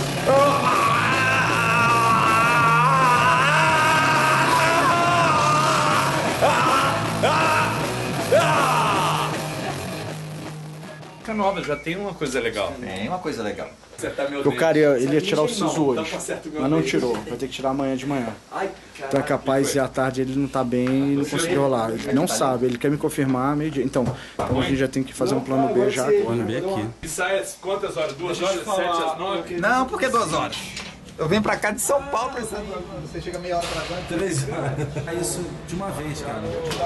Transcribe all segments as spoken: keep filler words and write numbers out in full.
Nova, já tem uma coisa legal. Tem uma coisa legal. O cara ia, ele ia tirar o siso hoje, mas não tirou. Vai ter que tirar amanhã de manhã. Então é capaz e à tarde ele não tá bem e não conseguiu rolar. Ele não sabe, ele quer me confirmar meio dia. Então, então a gente já tem que fazer um plano B já agora. Plano B aqui. E sai quantas horas? Duas horas? Sete às nove? Não, por que duas horas? Eu venho pra cá de São Paulo pensando. Você chega meia hora pra cá. Três horas. É isso de uma vez, cara.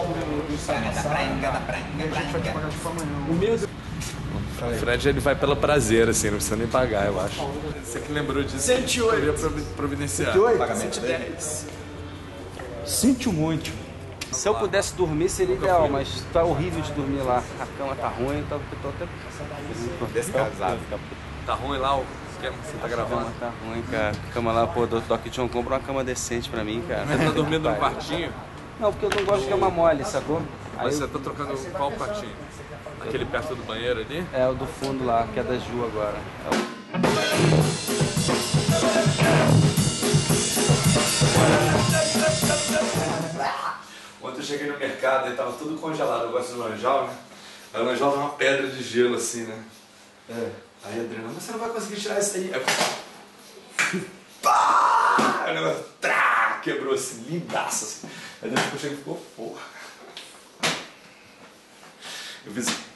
O meu. O Fred ele vai pelo prazer, assim, não precisa nem pagar, eu acho. Você que lembrou disso? cento e oito. Eu ia providenciar. cento e oito? cento e dez. Sinto muito. Se eu pudesse dormir seria ideal, mas tá horrível de dormir lá. A cama tá ruim, tá, tô até descasado. Tá ruim lá o esquema que você tá gravando? A cama tá ruim, cara. A cama lá, pô, do Doc John, compra uma cama decente pra mim, cara. Você tá dormindo no quartinho? Não, porque eu não gosto de cama mole, sacou? Aí você tá trocando qual quartinho? Aquele perto do banheiro ali? É, o do fundo lá, que é da Ju agora. É o... Ontem eu cheguei no mercado e tava tudo congelado. Eu gosto do lanjal, né? Aí o lanjal dá uma pedra de gelo assim, né? É. Aí a Adriana, mas você não vai conseguir tirar isso aí. Aí eu... Pá! O negócio trá! Quebrou assim, lindaço assim. Aí depois eu cheguei e ficou, porra. Eu fiz assim.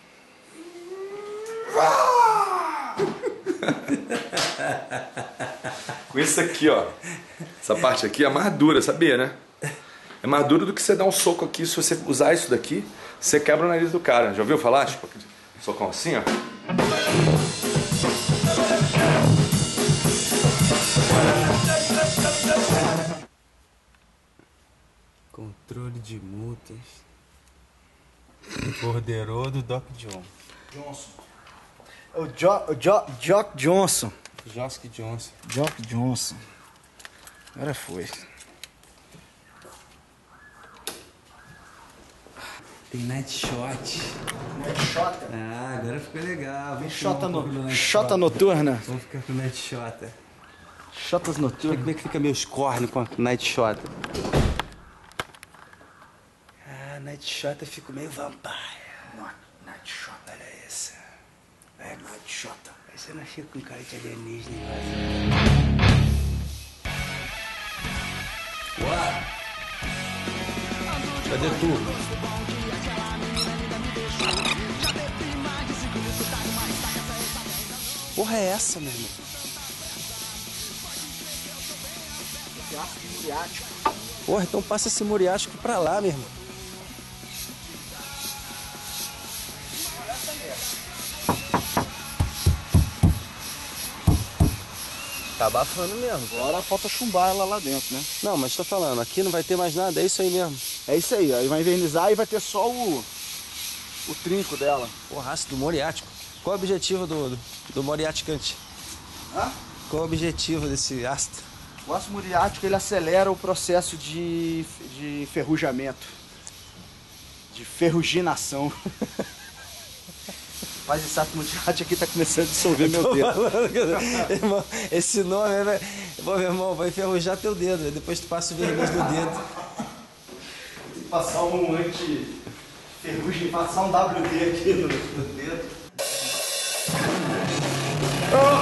Com isso aqui, ó. Essa parte aqui é mais dura, sabia, né? É mais duro do que você dar um soco aqui. Se você usar isso daqui, você quebra o nariz do cara. Já ouviu falar? Tipo, socão assim, ó. Controle de multas. Poderoso Doc John. Johnson. O jo, o jo, Jock Johnson. Jock Johnson. Jock Johnson. Agora foi. Tem night shot. Night shot? Ah, agora ficou legal. Vem Shota, um no, shota noturna. Vamos ficar com night shot. Shotas noturnas. Como é que fica meus cornos com a night shot? Ah, night shot eu fico meio vampire. Night shot. Olha isso. É night shot. Aí você não fica com cara de alienígena. Uau! Cadê tu? Porra é essa, meu irmão? Ácido muriático. Porra, então passa esse muriático pra lá, meu irmão. Tá abafando mesmo. Agora falta chumbar ela lá dentro, né? Não, mas tô falando, aqui não vai ter mais nada, é isso aí mesmo. É isso aí, aí vai invernizar e vai ter só o, o trinco dela. Porra, ácido muriático. Qual é o objetivo do, do, do muriaticante? Hã? Qual é o objetivo desse ácido? O ácido muriático ele acelera o processo de, de ferrujamento, de ferruginação. Mas esse ácido muriático aqui tá começando a dissolver meu dedo. Falando, irmão, esse nome, vai, meu irmão, vai enferrujar teu dedo, depois tu passa o verniz do dedo. Tem que passar um anti-ferrugem, passar um W D aqui no, no dedo. Oh!